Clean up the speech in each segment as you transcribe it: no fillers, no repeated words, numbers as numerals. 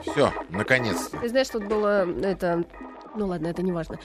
Все, наконец-то. Ты знаешь, тут было это... Ну ладно, это не важно.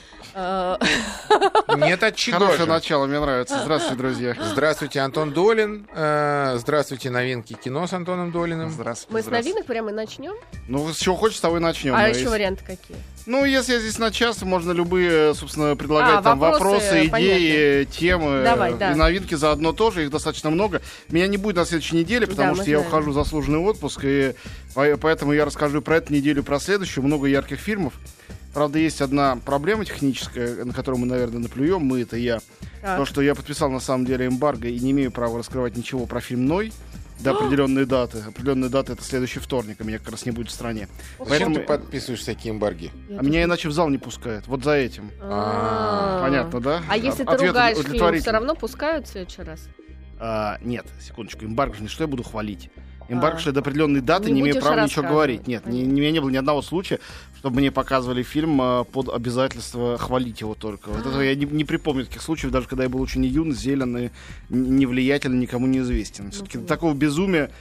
Нет, от чего Хорошее же? начало, мне нравится. Здравствуйте, друзья. Здравствуйте, Антон Долин. Здравствуйте, новинки кино с Антоном Долиным. Здравствуйте. Мы с новинок прямо и начнем. Ну, с чего хочешь, с того и начнем. А Да, еще если- варианты какие? Ну, если я здесь на час, можно любые, собственно, предлагать там вопросы, вопросы, идеи, темы. Давай, да. И новинки заодно тоже, их достаточно много. Меня не будет на следующей неделе, потому Да, что мы я знаем. ухожу в заслуженный отпуск, и поэтому я расскажу про эту неделю, про следующую. Много ярких фильмов. Правда, есть одна проблема техническая, на которую мы, наверное, наплюем. Мы — это я. Так. То, что я подписал, на самом деле, эмбарго и не имею права раскрывать ничего про фильм «Ной» до определенной даты. Определенная дата — это следующий вторник, а меня как раз не будет в стране. Зачем Поэтому- ты подписываешь такие эмбарги? А меня иначе в зал не пускают. Вот за этим. Понятно, да? А если ты Ответ ругаешь фильм, удовлетворительный. все равно пускают в следующий раз? Нет, секундочку. Эмбарго же не что я буду хвалить. Эмбарго, что я до определенной даты Не не имею будешь права ничего рассказывать, говорить. Нет, у понятно. меня не было ни одного случая, чтобы мне показывали фильм под обязательство хвалить его только. Вот это я не припомню таких случаев, даже когда я был очень юн, зеленый, невлиятельный, никому не известен. Все-таки до такого безумия,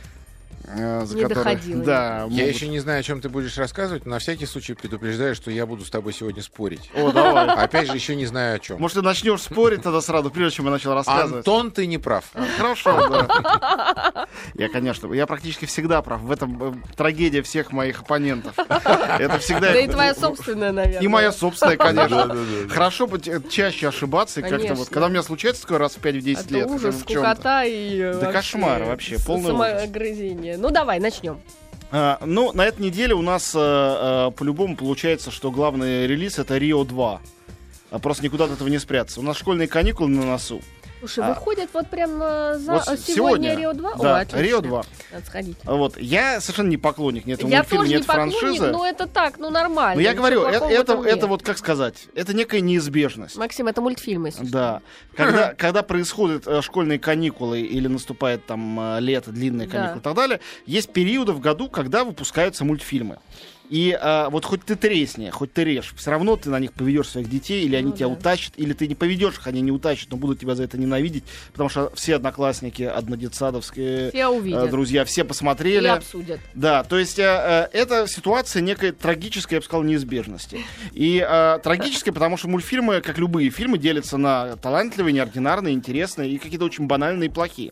за Не которое... доходило. Да, Я могут- еще не знаю, о чем ты будешь рассказывать, но на всякий случай предупреждаю, что я буду с тобой сегодня спорить. О, давай. Опять же, еще не знаю о чем. Может, ты начнешь спорить тогда сразу, прежде чем я начал рассказывать? Антон, ты не прав. Хорошо, да. Я практически всегда прав. В этом трагедия всех моих оппонентов. Это всегда... Да и твоя собственная, наверное. И моя собственная, конечно. Да-да-да. Хорошо быть чаще ошибаться. И как-то Конечно. вот, когда у меня случается такое раз в 5-10 Это лет. ужас, в чём-то. скукота и Да кошмар вообще, полный самоогрызение. Ну давай, начнем. Ну, на этой неделе у нас по-любому получается, что главный релиз — это «Рио 2». Просто никуда от этого не спрятаться. У нас школьные каникулы на носу. Слушай, выходит вот прямо Вот сегодня Рио 2? Да, О, отлично. Рио 2. Надо сходить. Вот. Я совершенно не поклонник ни этого Я мультфильма, тоже ни не этой поклонник, франшизы. но это так, ну нормально. Но я ничего говорю, плохого в этом это нет. вот, как сказать, это некая неизбежность. Максим, это мультфильм, если что. Да. Когда происходят школьные каникулы или наступает там лето, длинные Да. каникулы и так далее, есть периоды в году, когда выпускаются мультфильмы. И вот хоть ты тресни, хоть ты режь, все равно ты на них поведешь своих детей, или они Ну тебя да. утащат, или ты не поведешь их, они не утащат, но будут тебя за это ненавидеть, потому что все одноклассники, однодетсадовские Все увидят. друзья, все И посмотрели. обсудят. Да, то есть это ситуация некой трагической, я бы сказал, неизбежности. И трагической, потому что мультфильмы, как любые фильмы, делятся на талантливые, неординарные, интересные и какие-то очень банальные и плохие.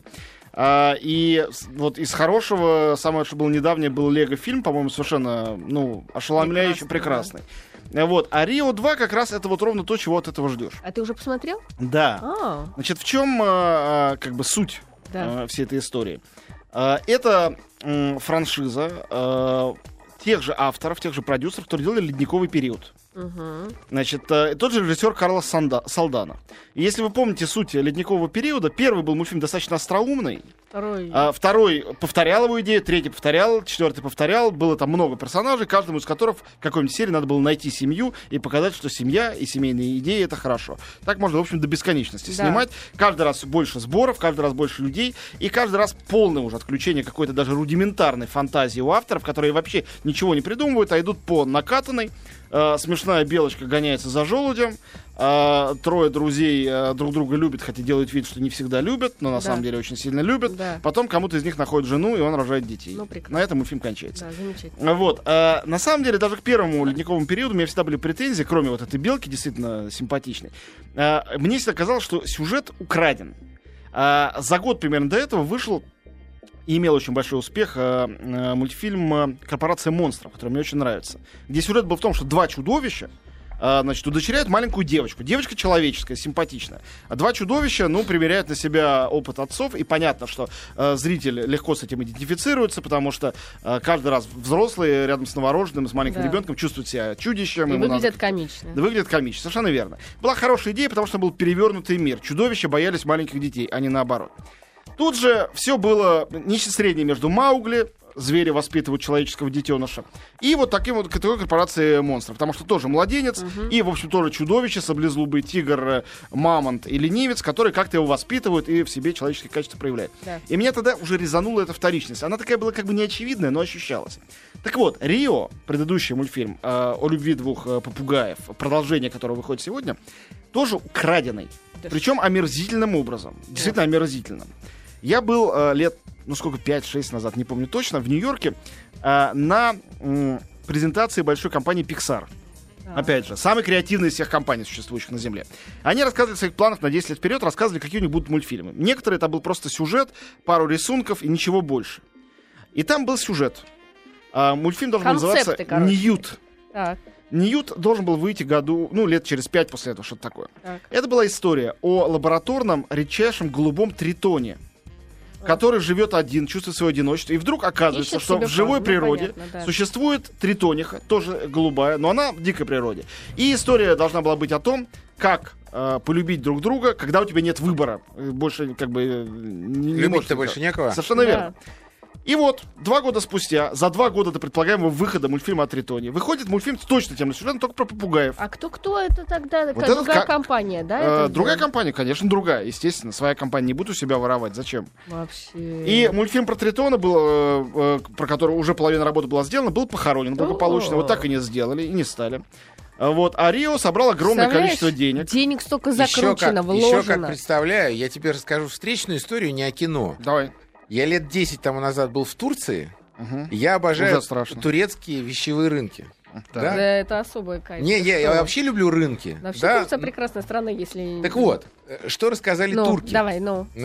И вот из хорошего, самое, что было недавнее, был Лего-фильм, по-моему, совершенно, ошеломляюще прекрасный. Вот. А Рио 2 как раз это вот ровно то, чего от этого ждешь. А ты уже посмотрел? Да. Значит, в чем как бы суть Да. всей этой истории? Это франшиза тех же авторов, тех же продюсеров, которые делали «Ледниковый период». Угу. Значит, тот же режиссер Карлос Салдана. И если вы помните суть «Ледникового периода», первый был мультфильм достаточно остроумный, второй повторял его идею, третий повторял, четвертый повторял. Было там много персонажей, каждому из которых в какой-нибудь серии надо было найти семью и показать, что семья и семейные идеи — это хорошо. Так можно, в общем, до бесконечности Да. снимать. Каждый раз больше сборов, каждый раз больше людей, и каждый раз полное уже отключение какой-то даже рудиментарной фантазии у авторов, которые вообще ничего не придумывают, а идут по накатанной. Смешная белочка гоняется за желудем. Трое друзей друг друга любят, хотя делают вид, что не всегда любят, но на Да. самом деле очень сильно любят. Да. Потом кому-то из них находит жену, и он рожает детей. Ну, прекрасно. На этом фильм кончается. Да, замечательно. Вот. На самом деле, даже к первому «Ледниковому периоду» у меня всегда были претензии, кроме вот этой белки, действительно симпатичной. Мне всегда казалось, что сюжет украден. За год примерно до этого вышел и имел очень большой успех мультфильм «Корпорация монстров», который мне очень нравится. Где сюжет был в том, что два чудовища удочеряют маленькую девочку. Девочка человеческая, симпатичная. А два чудовища, примеряют на себя опыт отцов. И понятно, что зритель легко с этим идентифицируется, потому что каждый раз взрослый рядом с новорожденным, с маленьким Да. ребенком чувствует себя чудищем. И ему выглядят надо- комично. Да, выглядит комично, совершенно верно. Была хорошая идея, потому что был перевернутый мир. Чудовища боялись маленьких детей, а не наоборот. Тут же все было нечто среднее между Маугли, звери воспитывают человеческого детеныша, и вот такой корпорацией монстров. Потому что тоже младенец, и, в общем, тоже чудовище, саблезубый тигр, мамонт и ленивец, которые как-то его воспитывают и в себе человеческие качества проявляют. Да. И меня тогда уже резанула эта вторичность. Она такая была как бы неочевидная, но ощущалась. Так вот, «Рио», предыдущий мультфильм о любви двух попугаев, продолжение которого выходит сегодня, тоже украденный. Да Причем омерзительным образом. Действительно омерзительным. Я был лет, 5-6 назад, не помню точно, в Нью-Йорке на презентации большой компании Pixar. Опять же, самой креативной из всех компаний, существующих на Земле. Они рассказывали о своих планах на 10 лет вперед, рассказывали, какие у них будут мультфильмы. Некоторые это был просто сюжет, пару рисунков и ничего больше. И там был сюжет. Мультфильм должен был называться «Ньют». Так. «Ньют» должен был выйти году, лет через 5 после этого, что-то такое. Так. Это была история о лабораторном редчайшем голубом тритоне, который живет один, чувствует свое одиночество, и вдруг оказывается, Ищет что себе в живой пару. природе Понятно, да. существует тритониха, тоже голубая, но она в дикой природе. И история должна была быть о том, как полюбить друг друга, когда у тебя нет выбора. Больше не Любить-то больше некого. Совершенно верно. И вот, 2 года спустя, за 2 года до предполагаемого выхода мультфильма о Тритоне, выходит мультфильм с точно тем же сюжетом, только про попугаев. А кто это тогда? Вот Другая компания, да? это другая сделала? компания, конечно, другая. Естественно, своя компания не будет у себя воровать. Зачем? Вообще. И мультфильм про Тритона, был, про который уже половина работы была сделана, был похоронен благополучно. Вот так и не сделали, и не стали. Вот. А Рио собрал огромное количество денег. Денег столько закручено, вложено. Еще как представляю, я тебе расскажу встречную историю, не о кино. Давай. Я лет 10 тому назад был в Турции, и я обожаю турецкие вещевые рынки. Да. Да, это особое кайф. Я вообще люблю рынки. Вообще да? Турция прекрасная страна, если... Так вот, что рассказали турки? Давай,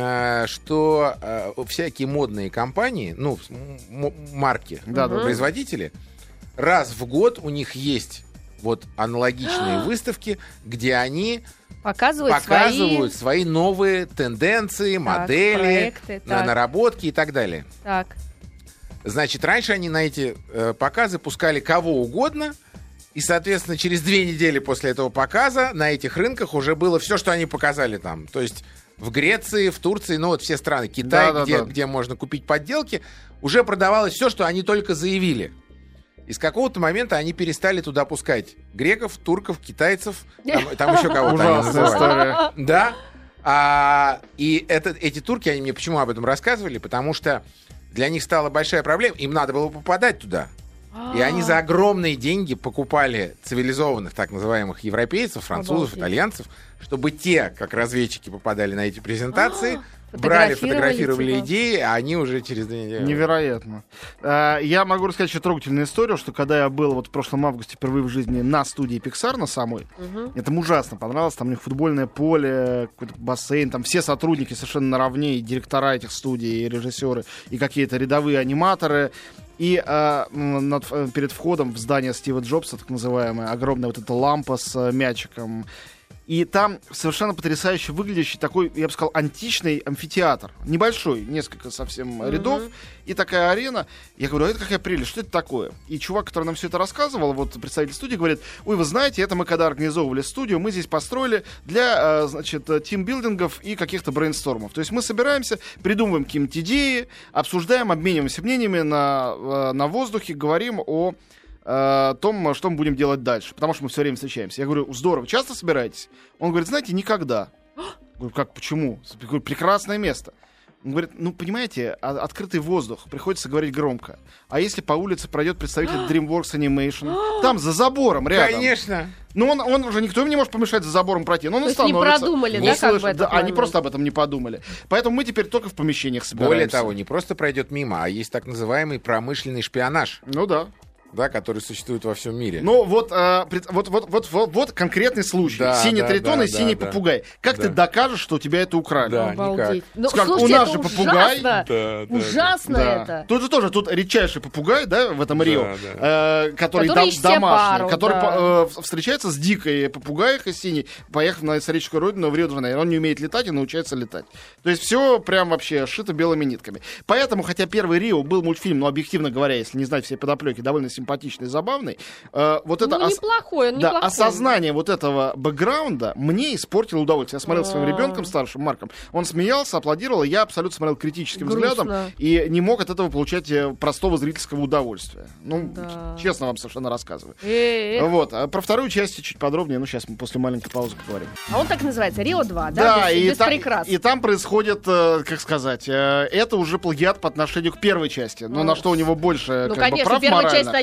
что всякие модные компании, марки, производители, раз в год у них есть вот аналогичные выставки, где они показывают свои новые тенденции, модели, проекты, наработки и так далее. Так. Значит, раньше они на эти показы пускали кого угодно, и, соответственно, через 2 недели после этого показа на этих рынках уже было все, что они показали там. То есть в Греции, в Турции, все страны, Китай, где можно купить подделки, уже продавалось все, что они только заявили. И с какого-то момента они перестали туда пускать греков, турков, китайцев, там еще кого-то они называли. Да. И эти турки, они мне почему об этом рассказывали? Потому что для них стала большая проблема, им надо было попадать туда. И они за огромные деньги покупали цивилизованных, так называемых, европейцев, французов, итальянцев, чтобы те, как разведчики, попадали на эти презентации, брали, фотографировали идеи, а они уже через 2 недели... Невероятно. Я могу рассказать еще трогательную историю, что когда я был в прошлом августе впервые в жизни на студии Pixar на самой, это мне ужасно понравилось. Там у них футбольное поле, какой-то бассейн, там все сотрудники совершенно наравне, и директора этих студий, и режиссеры, и какие-то рядовые аниматоры. И перед входом в здание Стива Джобса, так называемая, огромная вот эта лампа с мячиком. И там совершенно потрясающе выглядящий такой, я бы сказал, античный амфитеатр. Небольшой, несколько совсем рядов. И такая арена. Я говорю, это какая прелесть, что это такое? И чувак, который нам все это рассказывал, вот представитель студии, говорит, ой, вы знаете, это мы когда организовывали студию, мы здесь построили для, тимбилдингов и каких-то брейнстормов. То есть мы собираемся, придумываем какие-нибудь идеи, обсуждаем, обмениваемся мнениями на воздухе, говорим о том, что мы будем делать дальше, потому что мы все время встречаемся. Я говорю, здорово, часто собираетесь? Он говорит, знаете, никогда. Я говорю, как, почему? Я говорю, прекрасное место. Он говорит, понимаете, открытый воздух, приходится говорить громко. А если по улице пройдет представитель DreamWorks Animation, там за забором рядом. Конечно. Он уже никто им не может помешать за забором пройти. Но он остановится. Не продумали, да, как бы это? Они просто об этом не подумали. Поэтому мы теперь только в помещениях собираемся. Более того, не просто пройдет мимо, а есть так называемый промышленный шпионаж. Ну да. Да, который существует во всем мире. Ну, вот конкретный случай. Да, синий тритон и синий попугай. Как ты докажешь, что у тебя это украли? Да, обалдеть. Скажут, у нас же попугай. Ужасно это. Тут редчайший попугай, да, в этом Рио, который домашний, пару, который встречается с дикой попугаихой синей, поехав на историческую родину в Рио-де-Жанейро. Он не умеет летать и научается летать. То есть все прям вообще шито белыми нитками. Поэтому, хотя первый Рио был мультфильм, но объективно говоря, если не знать все подоплеки, довольно симпатичный, забавный. Вот это неплохой, он неплохой. Осознание вот этого бэкграунда мне испортило удовольствие. Я смотрел своим ребенком старшим, Марком. Он смеялся, аплодировал, и я абсолютно смотрел критическим взглядом и не мог от этого получать простого зрительского удовольствия. Честно вам совершенно рассказываю. Вот. А про вторую часть чуть подробнее, сейчас мы после маленькой паузы поговорим. А он так называется, Рио-2, да? Да, без прикрас. И там происходит, как сказать, это уже плагиат по отношению к первой части. На что у него больше конечно, прав первая морально. часть они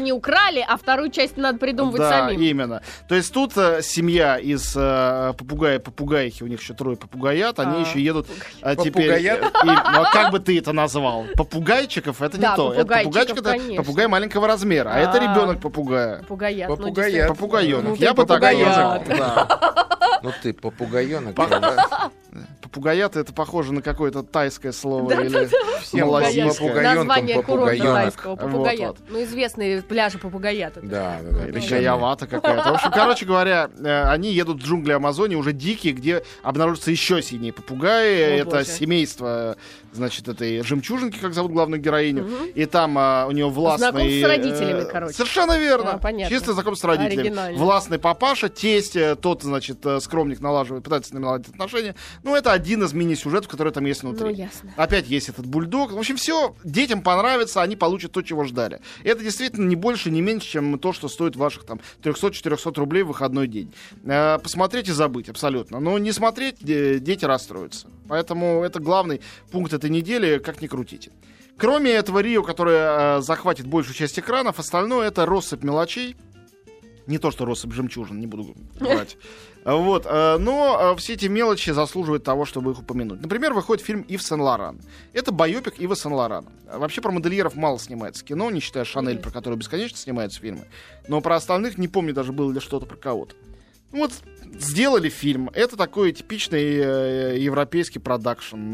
они украли, а вторую часть надо придумывать самим. Да, именно. То есть тут семья из попугаихи, у них еще 3 попугаят, они еще едут теперь... Как бы ты это назвал? Попугайчиков? Это не то. Это попугайчик, это попугай маленького размера, а это ребенок попугая. Попугаёнок. Я бы так назвал. Ну ты попугаёнок. Попугаят — это похоже на какое-то тайское слово или малазийское. Название курорта тайского. Вот. Попугаят. Ну, известные пляжи Попугаят. Да. Или Гаявата какая-то. В общем, короче говоря, они едут в джунгли Амазонии уже дикие, где обнаружатся еще синие попугаи. Это семейство, значит, этой жемчужинки, как зовут главную героиню. И там у нее властный... Знакомство с родителями, короче. Совершенно верно. Понятно. Чисто знакомство с родителями. Оригинально. Властный папаша, тесть, тот, значит, скромник пытается наладить отношения. Ну, это один из мини-сюжетов, который там есть внутри. Ну, ясно. Опять есть этот бульдог. В общем, все, детям понравится, они получат то, чего ждали. Это действительно не больше, не меньше, чем то, что стоит ваших там 300-400 рублей в выходной день. Посмотреть и забыть, абсолютно. Но не смотреть, дети расстроятся. Поэтому это главный пункт этой недели, как ни крутите. Кроме этого Рио, которое захватит большую часть экранов, остальное это россыпь мелочей. Не то, что россыпь жемчужин, не буду брать. Вот, но все эти мелочи заслуживают того, чтобы их упомянуть. Например, выходит фильм «Ив Сен-Лоран». Это байопик Ива Сен-Лорана. Вообще про модельеров мало снимается кино, не считая Шанель, про которую бесконечно снимаются фильмы. Но про остальных не помню даже, было ли что-то про кого-то. Вот, сделали фильм. Это такой типичный европейский продакшн.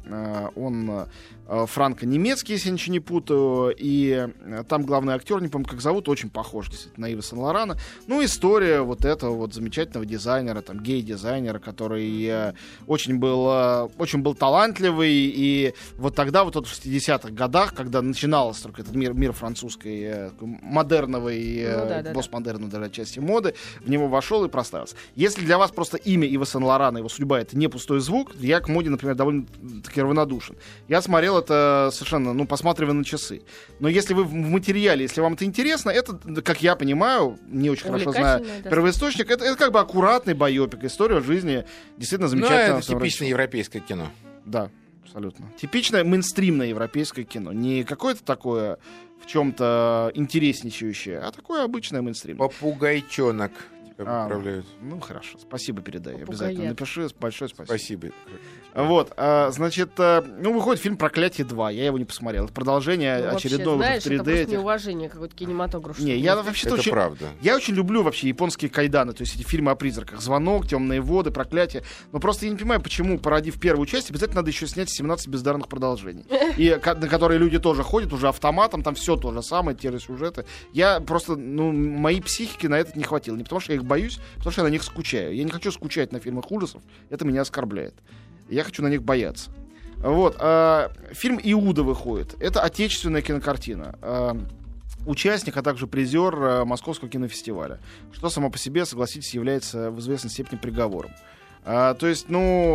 Он франко-немецкий, если я ничего не путаю. И там главный актер, не помню, как зовут, очень похож действительно на Ива Сен-Лорана. Ну, история вот этого вот замечательного дизайнера, там, гей-дизайнера, который очень был талантливый. И вот тогда, вот в 60-х годах, когда начиналось только этот мир французской, модерновой, постмодерной даже отчасти моды, в него вошел и прославился. Если для вас просто имя Ива Сен-Лорана, его судьба — это не пустой звук, я к моде, например, довольно-таки равнодушен. Я смотрел это совершенно, посматривая на часы. Но если вы в материале, если вам это интересно, это, как я понимаю, не очень хорошо знаю первоисточник, это как бы аккуратный байопик, история жизни действительно замечательного. Ну, это типичное европейское кино. Да, абсолютно. Типичное мейнстримное европейское кино. Не какое-то такое в чем-то интересничающее, а такое обычное мейнстримное. Попугайчонок. Поправляют. Ну, хорошо. Спасибо передай. Обязательно напиши. Большое спасибо. Спасибо. Вот, значит, выходит фильм «Проклятие 2». Я его не посмотрел. Это продолжение очередного вообще, знаешь, 3D. Это просто неуважение какой-то кинематографу. Не, я вообще-то это правда. Я очень люблю вообще японские кайданы, то есть эти фильмы о призраках. «Звонок», «Темные воды», «Проклятие». Но просто я не понимаю, почему, породив первую часть, обязательно надо еще снять 17 бездарных продолжений. И на которые люди тоже ходят уже автоматом, там все то же самое, те же сюжеты. Я просто, моей психики на это не хватило. Не потому что я их боюсь, потому что я на них скучаю. Я не хочу скучать на фильмах ужасов, это меня оскорбляет. Я хочу на них бояться. Вот. Фильм «Иуда» выходит. Это отечественная кинокартина. Участник, а также призер Московского кинофестиваля. Что само по себе, согласитесь, является в известной степени приговором. То есть,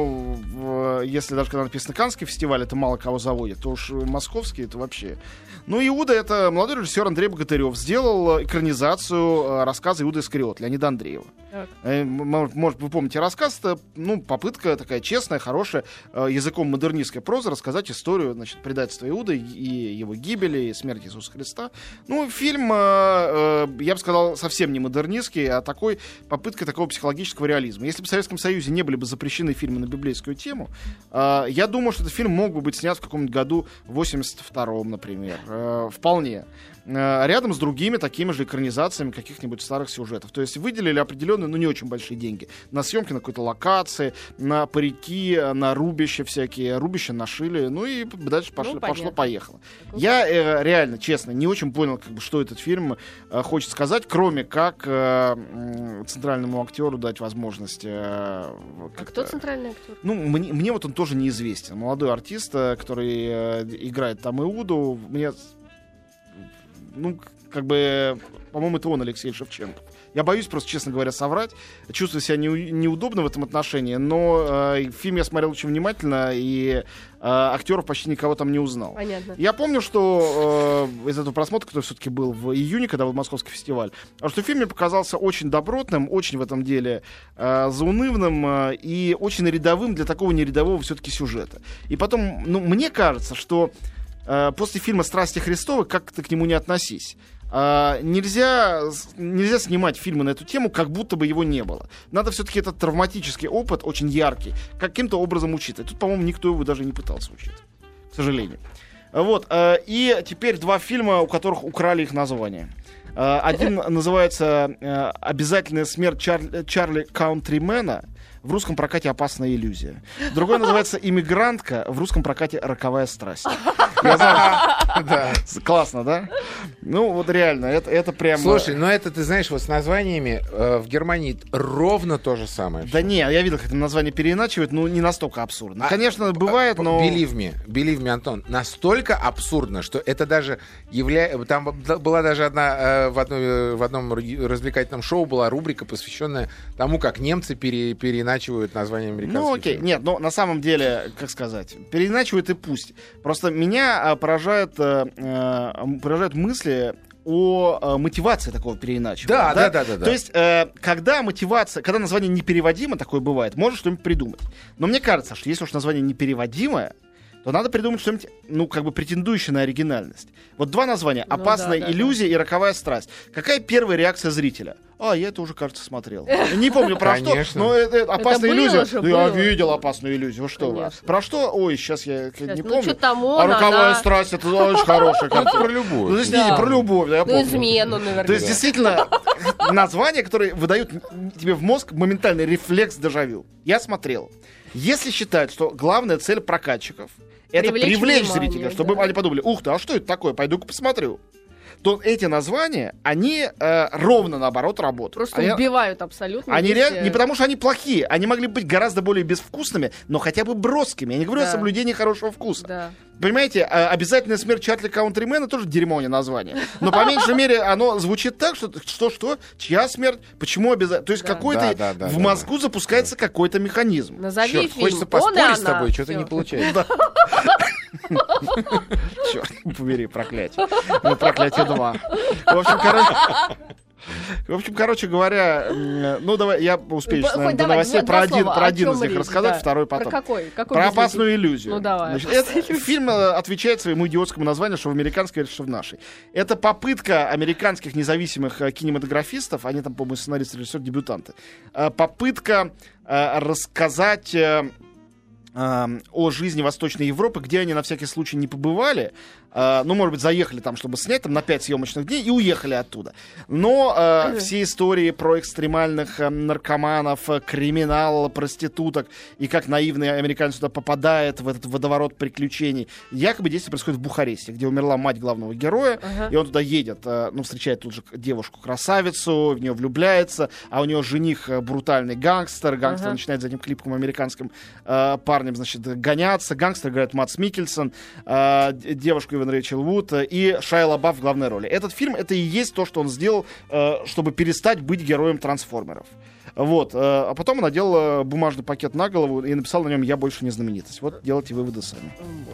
если даже когда написано «Каннский фестиваль», это мало кого заводит, то уж московский это вообще... «Иуда» — это молодой режиссер Андрей Богатырев сделал экранизацию рассказа «Иуда Искариот» Леонида Андреева. Может, вы помните рассказ, это попытка такая честная, хорошая, языком модернистской прозы рассказать историю, значит, предательства Иуды и его гибели, и смерти Иисуса Христа. Фильм, я бы сказал, совсем не модернистский, а попыткой такого психологического реализма. Если бы в Советском Союзе не были бы запрещены фильмы на библейскую тему, я думаю, что этот фильм мог бы быть снят в каком-нибудь году, в 82-м, например. Вполне. Рядом с другими такими же экранизациями каких-нибудь старых сюжетов. То есть выделили определенные, не очень большие деньги на съемки, на какой-то локации, на парики, на рубища всякие. Рубища нашили, и дальше пошло-поехало. Я реально, честно, не очень понял, что этот фильм хочет сказать, кроме как центральному актеру дать возможность... кто центральный актер? Мне он тоже неизвестен. Молодой артист, который играет там Иуду, мне... по-моему, это он, Алексей Шевченко. Я боюсь просто, честно говоря, соврать. Чувствую себя неудобно в этом отношении, но фильм я смотрел очень внимательно, и актеров почти никого там не узнал. Понятно. Я помню, что из этого просмотра, который все-таки был в июне, когда был Московский фестиваль, что фильм мне показался очень добротным, очень в этом деле заунывным и очень рядовым для такого нерядового все-таки сюжета. И потом, мне кажется, что после фильма «Страсти Христовы», как ты к нему не относись, нельзя снимать фильмы на эту тему, как будто бы его не было. Надо все-таки этот травматический опыт, очень яркий, каким-то образом учитывать. Тут, по-моему, никто его даже не пытался учить, к сожалению. Вот. И теперь два фильма, у которых украли их название. Один называется «Обязательная смерть Чарли Каунтримена». В русском прокате «Опасная иллюзия». Другой называется «Иммигрантка», в русском прокате «Роковая страсть». Я знаю. Классно, да? Ну, вот реально, это прям... Слушай, но это, ты знаешь, вот с названиями в Германии ровно то же самое. Да не, я видел, как это название переиначивают, но не настолько абсурдно. Конечно, бывает, но... Believe me, Антон, настолько абсурдно, что это даже является... Там была даже одна... В одном развлекательном шоу была рубрика, посвященная тому, как немцы переиначивают название американских. Ну, окей. Нет, но на самом деле, как сказать, переиначивают и пусть. Просто меня поражают мысли о мотивации такого переиначивания. Да. То есть, когда название непереводимо, такое бывает, можно что-нибудь придумать. Но мне кажется, что если уж название непереводимое, то надо придумать что-нибудь, претендующее на оригинальность. Вот два названия: «Опасная иллюзия» и «Роковая страсть». Какая первая реакция зрителя? Я это уже, кажется, смотрел. Не помню про что, но это «Опасная иллюзия». Я видел «Опасную иллюзию». Вы что? Про что? Ой, сейчас я не помню. А «Роковая страсть» — это очень хорошая картина. Про любовь. Ну, здесь не про любовь, я помню. Измену, наверное. То есть, действительно, названия, которые выдают тебе в мозг моментальный рефлекс дежавю. Я смотрел. Если считать, что главная цель прокатчиков — это привлечь зрителя, чтобы они подумали: ух ты, а что это такое? Пойду-ка посмотрю. То эти названия, они ровно наоборот работают. Просто убивают абсолютно. Они реально, не потому что они плохие, они могли быть гораздо более безвкусными, но хотя бы броскими. Я не говорю о соблюдении хорошего вкуса. Да. Понимаете, «Обязательная смерть Чарли Каунтримена» тоже дерьмо, не название. Но по меньшей мере оно звучит так, что чья смерть, почему обязательно. То есть какой-то в мозгу запускается какой-то механизм. Назови Черт, фильм. хочется поспорить с тобой, что-то не получается. Черт побери, проклятие. Проклятие 2. В общем, короче говоря, давай, я успею до новостей про один из них рассказать, второй потом. Про какой? Про «Опасную иллюзию». Ну, давай. Этот фильм отвечает своему идиотскому названию, что в американской, что в нашей. Это попытка американских независимых кинематографистов, они там, по-моему, сценаристы, режиссеры, дебютанты, попытка рассказать о жизни Восточной Европы, где они на всякий случай не побывали. Может быть, заехали там, чтобы снять там на 5 съемочных дней и уехали оттуда. Но все истории про экстремальных наркоманов, криминал, проституток и как наивный американец сюда попадает в этот водоворот приключений. Якобы действие происходит в Бухаресте, где умерла мать главного героя, и он туда едет, встречает тут же девушку-красавицу, в нее влюбляется, а у нее жених брутальный гангстер. Гангстер начинает за этим клипком американским парнем, гоняться. Гангстер играет Мадс Миккельсон, девушку Иван Рэйчел Вуд и Шайа Лабаф в главной роли. Этот фильм — это и есть то, что он сделал, чтобы перестать быть героем трансформеров. Вот. А потом он надел бумажный пакет на голову и написал на нем: «Я больше не знаменитость». Вот, делайте выводы сами.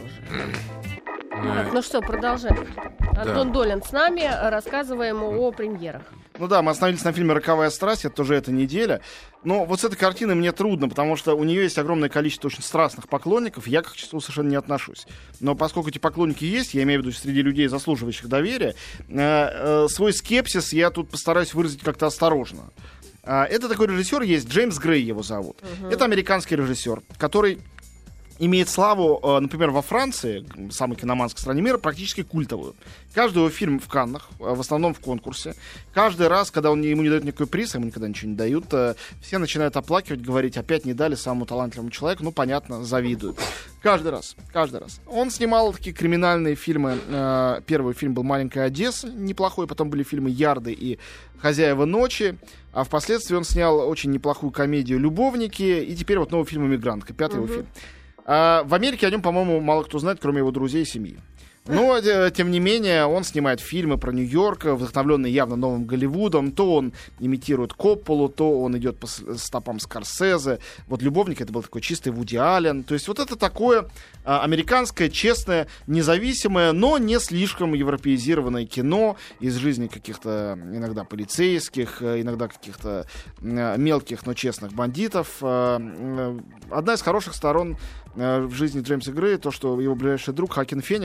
Так, что, продолжаем. Антон Долин с нами, рассказываем о премьерах. Мы остановились на фильме «Роковая страсть», это тоже эта неделя. Но вот с этой картиной мне трудно, потому что у нее есть огромное количество очень страстных поклонников, я к их числу совершенно не отношусь. Но поскольку эти поклонники есть, я имею в виду среди людей, заслуживающих доверия, свой скепсис я тут постараюсь выразить как-то осторожно. Это такой режиссер есть, Джеймс Грей его зовут. Это американский режиссер, который имеет славу, например, во Франции, самой киноманской стране мира, практически культовую. Каждый его фильм в Каннах, в основном в конкурсе. Каждый раз, когда ему не дают никакой приз, ему никогда ничего не дают, все начинают оплакивать, говорить: опять не дали самому талантливому человеку. Понятно, завидуют. Каждый раз. Он снимал такие криминальные фильмы. Первый фильм был «Маленькая Одесса», неплохой. Потом были фильмы «Ярды» и «Хозяева ночи». А впоследствии он снял очень неплохую комедию «Любовники». И теперь вот новый фильм «Эмигрантка», пятый его фильм. В Америке о нем, по-моему, мало кто знает, кроме его друзей и семьи. Но, тем не менее, он снимает фильмы про Нью-Йорк, вдохновленные явно новым Голливудом. То он имитирует Копполу, то он идет по стопам Скорсезе. Вот «Любовник» — это был такой чистый Вуди Аллен. То есть вот это такое американское, честное, независимое, но не слишком европеизированное кино из жизни каких-то иногда полицейских, иногда каких-то мелких, но честных бандитов. Одна из хороших сторон в жизни Джеймса Грея — то, что его ближайший друг Хоакин Феникс, прекрасный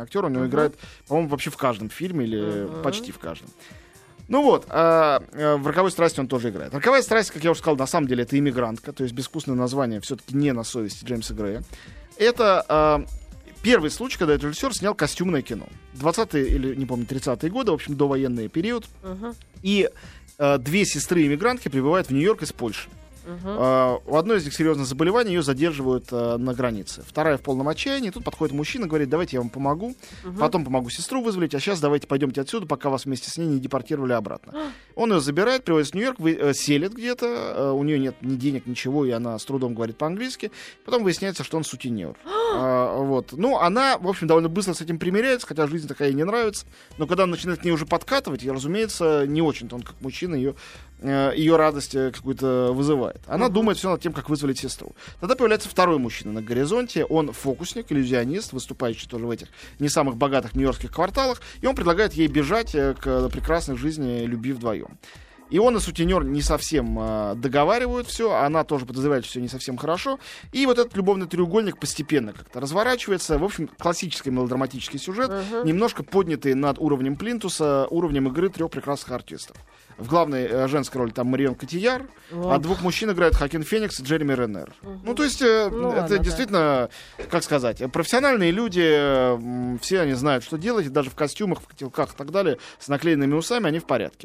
прекрасный актер, он его играет, по-моему, вообще в каждом фильме или почти в каждом. Ну вот, в «Роковой страсти» он тоже играет. «Роковая страсть», как я уже сказал, на самом деле это «Иммигрантка», то есть безвкусное название все-таки не на совести Джеймса Грея. Это первый случай, когда этот режиссер снял костюмное кино. 20-е или, не помню, 30-е годы, в общем, довоенный период. И две сестры-иммигрантки прибывают в Нью-Йорк из Польши. У одной из них серьезное заболевание, ее задерживают на границе. Вторая в полном отчаянии. Тут подходит мужчина, говорит: давайте я вам помогу. Потом помогу сестру вызволить, а сейчас давайте пойдемте отсюда, пока вас вместе с ней не депортировали обратно. Он ее забирает, привозит в Нью-Йорк, селит где-то. У нее нет ни денег, ничего, и она с трудом говорит по-английски. Потом выясняется, что он сутенер. Вот. Ну, она, в общем, довольно быстро с этим примиряется, хотя жизнь такая ей не нравится. Но когда он начинает к ней уже подкатывать, и, разумеется, не очень-то он, как мужчина, ее радость какую-то вызывает. Она думает все над тем, как вызволить сестру. Тогда появляется второй мужчина на горизонте. Он фокусник, иллюзионист, выступающий тоже в этих не самых богатых нью-йоркских кварталах. И он предлагает ей бежать к прекрасной жизни любви вдвоем. И он и сутенер не совсем договаривают все, она тоже подозревает, что все не совсем хорошо. И вот этот любовный треугольник постепенно как-то разворачивается. В общем, классический мелодраматический сюжет, немножко поднятый над уровнем плинтуса, уровнем игры трех прекрасных артистов. В главной женской роли там Марион Котийяр, а двух мужчин играют Хоакин Феникс и Джереми Реннер. Ну, то есть, это действительно, как сказать, профессиональные люди, все они знают, что делать, и даже в костюмах, в котелках и так далее, с наклеенными усами, они в порядке.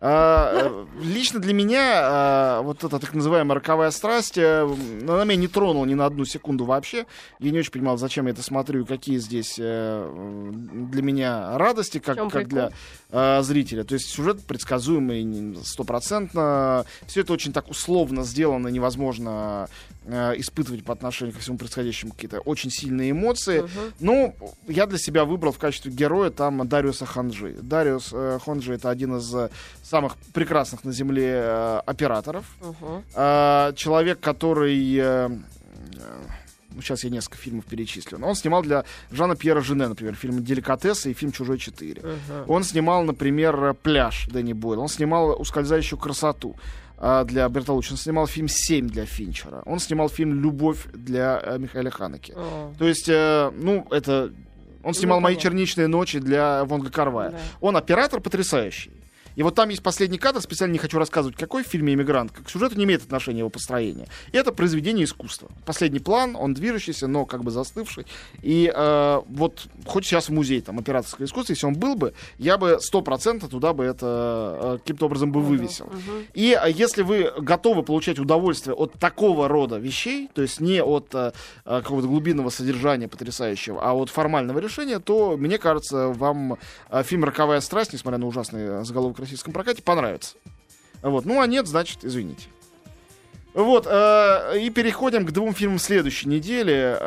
Лично для меня вот эта так называемая роковая страсть, она меня не тронула ни на одну секунду вообще. Я не очень понимал, зачем я это смотрю, и какие здесь для меня радости, как для зрителя. То есть сюжет предсказуемый 100%. Все это очень так условно сделано, невозможно испытывать по отношению ко всему происходящему какие-то очень сильные эмоции. Ну, я для себя выбрал в качестве героя там Дариуса Хонджи. Дариус Хонджи — это один из самых прекрасных на Земле операторов. Человек, который... сейчас я несколько фильмов перечислю. Он снимал для Жана Пьера Жене, например, фильм «Деликатесы» и фильм «Чужой 4». Он снимал, например, «Пляж» Дэнни Бойла. Он снимал «Ускользающую красоту» для Бертолуччи. Он снимал фильм «7» для Финчера. Он снимал фильм «Любовь» для Михаэля Ханеке. То есть, это... Он снимал «Мои черничные ночи» для Вонга Кар-вая. Он оператор потрясающий. И вот там есть последний кадр, специально не хочу рассказывать, какой в фильме «Иммигрант», к сюжету не имеет отношения его построение. И это произведение искусства. Последний план, он движущийся, но как бы застывший. И вот хоть сейчас в музей там операторского искусства, если он был бы, я бы 100% туда бы это каким-то образом бы вывесил. И если вы готовы получать удовольствие от такого рода вещей, то есть не от какого-то глубинного содержания потрясающего, а от формального решения, то, мне кажется, вам фильм «Роковая страсть», несмотря на ужасный заголовок в российском прокате, понравится. Вот. Ну, а нет, значит, извините. Вот. И переходим к двум фильмам следующей недели.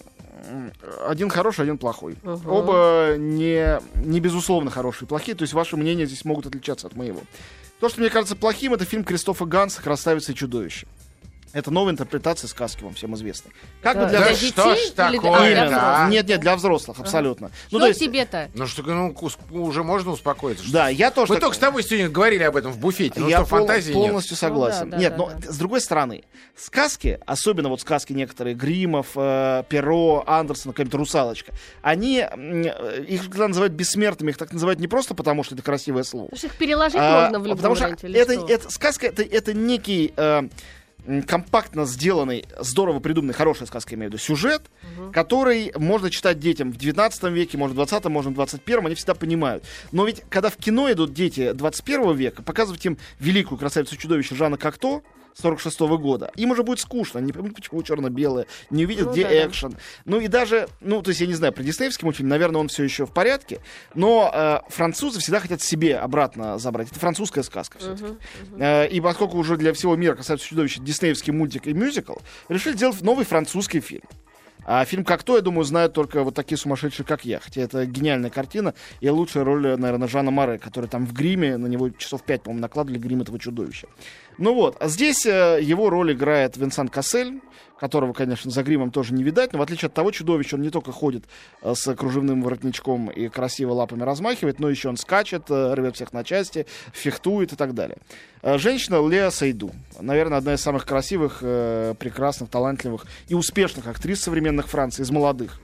Один хороший, один плохой. Оба не безусловно хорошие и плохие. То есть ваши мнения здесь могут отличаться от моего. То, что мне кажется плохим, это фильм Кристофа Ганса «Красавица и чудовище». Это новая интерпретация сказки, вам всем известной. Как бы для детей что ж такое? Нет, для взрослых, абсолютно. Что ну, тебе-то? Уже можно успокоиться. Да, я тоже. Мы только с тобой сегодня говорили об этом в буфете. Я полностью согласен. Нет, но с другой стороны, сказки, особенно вот сказки некоторые, Гриммов, Перо, Андерсона, какая-то «Русалочка», они, их называют бессмертными, их так называют не просто потому, что это красивое слово. Потому что их переложить можно в любом варианте. Потому что это сказка, это некий... компактно сделанный, здорово придуманный, хорошая сказка, я имею в виду, сюжет, который можно читать детям в 19 веке, может, в 20-м, может, в 21-м, они всегда понимают. Но ведь, когда в кино идут дети 21 века, показывать им великую красавицу-чудовище Жана Кокто 46-го года, им уже будет скучно, они не поймут, почему черно-белое, не увидят, где экшен. Ну и даже, то есть я не знаю, про диснеевский мультфильм, наверное, он все еще в порядке, но французы всегда хотят себе обратно забрать. Это французская сказка все-таки. И поскольку уже для всего мира «Красавица чудовище» диснеевский мультик и мюзикл, решили сделать новый французский фильм. А фильм «Кокто», я думаю, знают только вот такие сумасшедшие, как я. Хотя это гениальная картина и лучшая роль, наверное, Жана Море, который там в гриме, на него часов 5, по-моему, накладывали грим этого чудовища. Ну вот, а здесь его роль играет Винсан Кассель, которого, конечно, за гримом тоже не видать, но в отличие от того чудовища, он не только ходит с кружевным воротничком и красиво лапами размахивает, но еще он скачет, рвет всех на части, фехтует и так далее. Женщина Леа Сейду, наверное, одна из самых красивых, прекрасных, талантливых и успешных актрис современных Франции, из молодых.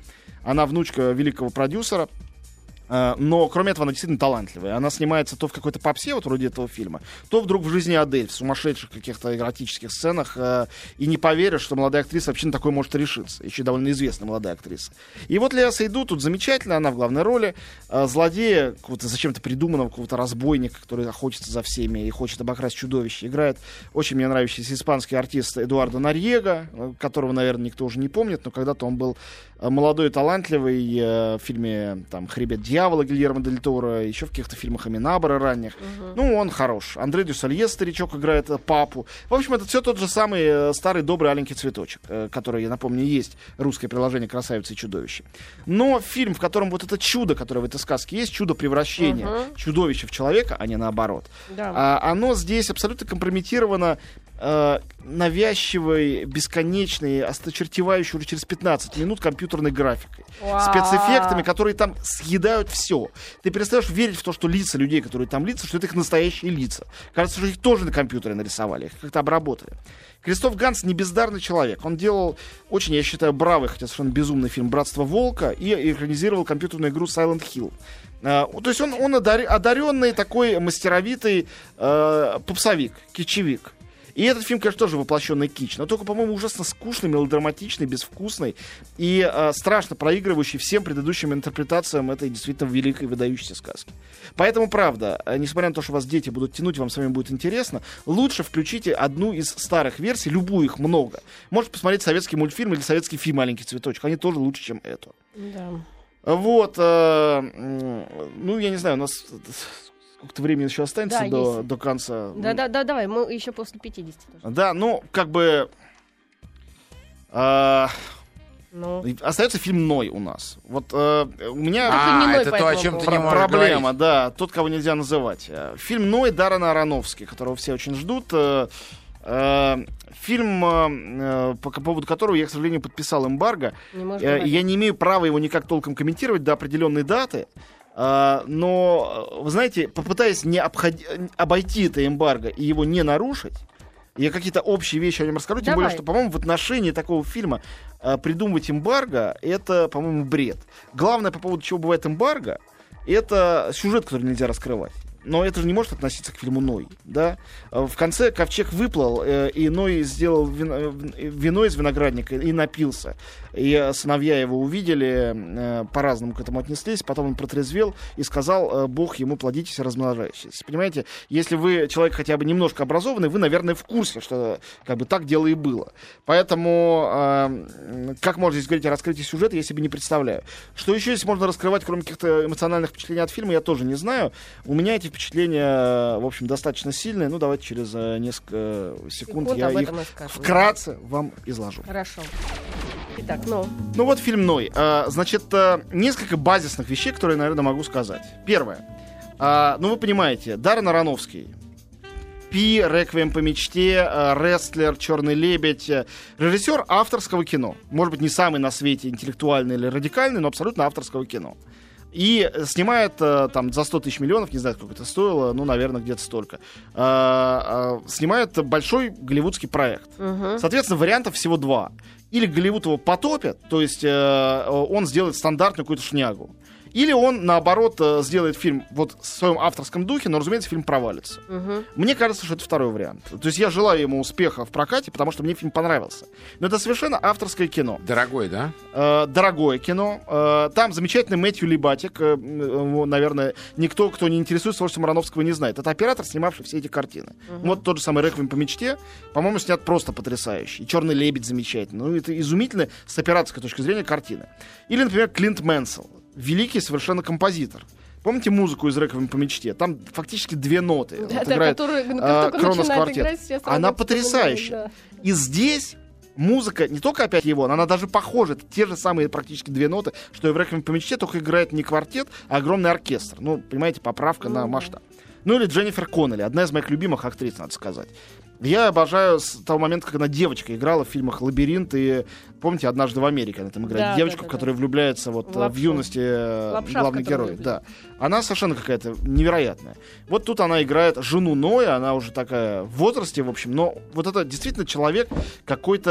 Она внучка великого продюсера. Но, кроме этого, она действительно талантливая. Она снимается то в какой-то попсе, вот вроде этого фильма, то вдруг в жизни Адель, в сумасшедших каких-то эротических сценах. И не поверишь, что молодая актриса вообще на такое может решиться. Еще довольно известная молодая актриса. И вот Леа Сейду тут замечательно, она в главной роли. Злодея, какого-то зачем-то придуманного, какого-то разбойника, который охотится за всеми и хочет обокрасть чудовище. Играет очень мне нравящийся испанский артист Эдуардо Норьего, которого, наверное, никто уже не помнит, но когда-то он был молодой и талантливый в фильме там «Хребет дьявола» Гильермо дель Торо, еще в каких-то фильмах Аминабара ранних. Ну, он хорош. Андре Дюссалье, старичок, играет папу. В общем, это все тот же самый старый добрый аленький цветочек, который, я напомню, есть русское приложение «Красавица и чудовище». Но фильм, в котором вот это чудо, которое в этой сказке есть, чудо превращения чудовища в человека, а не наоборот, оно здесь абсолютно компрометировано навязчивой, бесконечной, осточертевающей уже через 15 минут компьютерной графикой. Спецэффектами, которые там съедают все. Ты перестаешь верить в то, что лица людей, которые там лица, что это их настоящие лица. Кажется, что их тоже на компьютере нарисовали, их как-то обработали. Кристоф Ганс не бездарный человек. Он делал очень, я считаю, бравый, хотя совершенно безумный фильм «Братство волка» и экранизировал компьютерную игру Silent Hill. То есть он одаренный такой мастеровитый попсовик, кичевик. И этот фильм, конечно, тоже воплощенный кич, но только, по-моему, ужасно скучный, мелодраматичный, безвкусный и страшно проигрывающий всем предыдущим интерпретациям этой действительно великой, выдающейся сказки. Поэтому, правда, несмотря на то, что вас дети будут тянуть, вам самим будет интересно, лучше включите одну из старых версий, любую, их много. Можете посмотреть советский мультфильм или советский фильм «Маленький цветочек», они тоже лучше, чем эту. Да. Вот, ну, я не знаю, у нас... Сколько-то времени еще останется до конца. Да, давай, мы еще после 50 тоже. Да, ну, как бы... Остается фильм «Ной» у нас. Вот у меня... это то, о чем ты не можешь проблема, говорить. Да, тот, кого нельзя называть. Фильм «Ной» Даррена Аронофски, которого все очень ждут. Фильм, по поводу которого я, к сожалению, подписал эмбарго. Я не имею права его никак толком комментировать до определенной даты. Но, вы знаете, попытаясь обойти это эмбарго и его не нарушить, я какие-то общие вещи о нем расскажу, тем более, что, по-моему, в отношении такого фильма придумывать эмбарго — это, по-моему, бред. Главное, по поводу чего бывает эмбарго, это сюжет, который нельзя раскрывать. Но это же не может относиться к фильму «Ной», да? В конце ковчег выплыл, и Ной сделал вино из виноградника и напился. И сыновья его увидели, по-разному к этому отнеслись. Потом он протрезвел и сказал: Бог ему плодитесь и размножайтесь. Понимаете, если вы человек хотя бы немножко образованный, вы, наверное, в курсе, что как бы так дело и было. Поэтому как можно здесь говорить о раскрытии сюжета, я себе не представляю. Что еще здесь можно раскрывать, кроме каких-то эмоциональных впечатлений от фильма, я тоже не знаю. У меня эти впечатления, в общем, достаточно сильные. Ну, давайте через несколько секунд я их вкратце вам изложу. Хорошо. Итак, «Ну вот фильм «Ной». Значит, несколько базисных вещей, которые я, наверное, могу сказать. Первое. Вы понимаете, Даррен Аронофский. «Пи», «Реквием по мечте», «Рестлер», «Черный лебедь». Режиссер авторского кино. Может быть, не самый на свете интеллектуальный или радикальный, но абсолютно авторского кино. И снимает там за 100 тысяч миллионов, не знаю, сколько это стоило, наверное, где-то столько. Снимает большой голливудский проект. Соответственно, вариантов всего два. Или Голливуд его потопит, то есть он сделает стандартную какую-то шнягу. Или он, наоборот, сделает фильм вот в своем авторском духе, но, разумеется, фильм провалится. Мне кажется, что это второй вариант. То есть я желаю ему успеха в прокате, потому что мне фильм понравился. Но это совершенно авторское кино. Дорогое, да? Дорогое кино. Там замечательный Мэтью Либатик. Наверное, никто, кто не интересуется творчеством Аронофского, не знает. Это оператор, снимавший все эти картины. Вот тот же самый «Реквием по мечте», по-моему, снят просто потрясающе. И «Черный лебедь» замечательный. Ну, это изумительная с операторской точки зрения картина. Или, например, Клинт Мэнсел. Великий совершенно композитор. Помните музыку из «Реквием по мечте»? Там фактически 2 ноты. Играет Кронос квартет. Она потрясающая. Да. И здесь музыка не только опять его, она даже похожа. Это те же самые практически 2 ноты, что и в «Реквием по мечте», только играет не квартет, а огромный оркестр. Ну, понимаете, поправка на масштаб. Ну или Дженнифер Коннелли, одна из моих любимых актрис, надо сказать. Я обожаю с того момента, как она девочка играла в фильмах «Лабиринт» и, помните, «Однажды в Америке» она там играет девочку, которая влюбляется в юности главный герой. Да. Она совершенно какая-то невероятная. Вот тут она играет жену Ноя, она уже такая в возрасте, в общем, но вот это действительно человек какой-то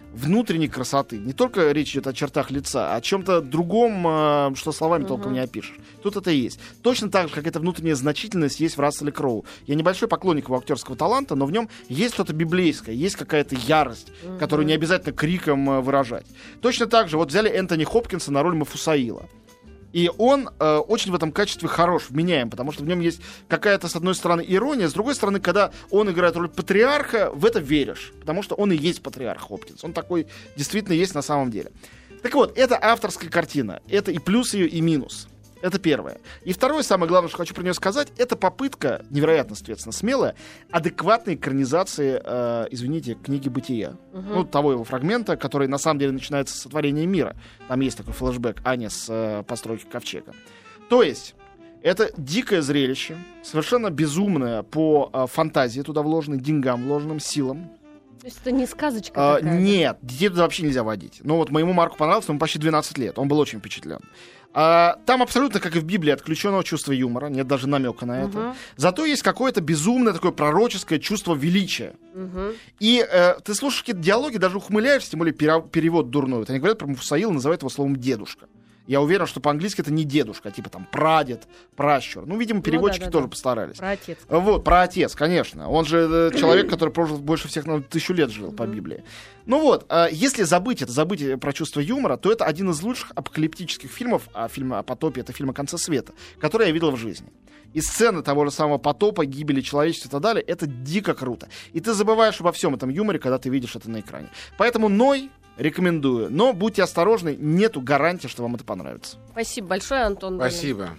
внутренней красоты. Не только речь идет о чертах лица, а о чем-то другом, что словами толком не опишешь. Тут это и есть. Точно так же, как эта внутренняя значительность есть в Расселе Кроу. Я небольшой поклонник его актерского таланта, но в нем есть что-то библейское, есть какая-то ярость, которую не обязательно криком выражать. Точно так же вот взяли Энтони Хопкинса на роль Мафусаила. И он очень в этом качестве хорош, вменяем, потому что в нем есть какая-то, с одной стороны, ирония, с другой стороны, когда он играет роль патриарха, в это веришь, потому что он и есть патриарх Хопкинс. Он такой действительно есть на самом деле. Так вот, это авторская картина. Это и плюс ее, и минус. Это первое. И второе, самое главное, что хочу про нее сказать, это попытка, невероятно, соответственно, смелая, адекватной экранизации, книги «Бытия». Ну, того его фрагмента, который, на самом деле, начинается с сотворения мира. Там есть такой флешбэк Ани с постройки ковчега. То есть, это дикое зрелище, совершенно безумное по фантазии туда вложенной, деньгам вложенным, силам. То есть это не сказочка какая-то? Нет, детей туда вообще нельзя водить. Но вот моему Марку понравился, ему почти 12 лет, он был очень впечатлен. Там абсолютно, как и в Библии, отключенного чувства юмора, нет даже намека на это. Зато есть какое-то безумное такое пророческое чувство величия. И ты слушаешь какие-то диалоги, даже ухмыляешься, тем более перевод дурной. Вот они говорят про Мафусаила, называют его словом «дедушка». Я уверен, что по-английски это не дедушка, а типа там прадед, пращур. Ну, видимо, переводчики тоже постарались. Праотец. Вот, праотец, конечно. Он же человек, который прожил больше всех, 1000 лет жил по Библии. Ну вот, если забыть про чувство юмора, то это один из лучших апокалиптических фильмов, а фильм о потопе — это фильм о конце света, который я видел в жизни. И сцены того же самого потопа, гибели человечества и так далее, это дико круто. И ты забываешь обо всем этом юморе, когда ты видишь это на экране. Поэтому Ной рекомендую. Но будьте осторожны, нету гарантии, что вам это понравится. Спасибо большое, Антон. Спасибо.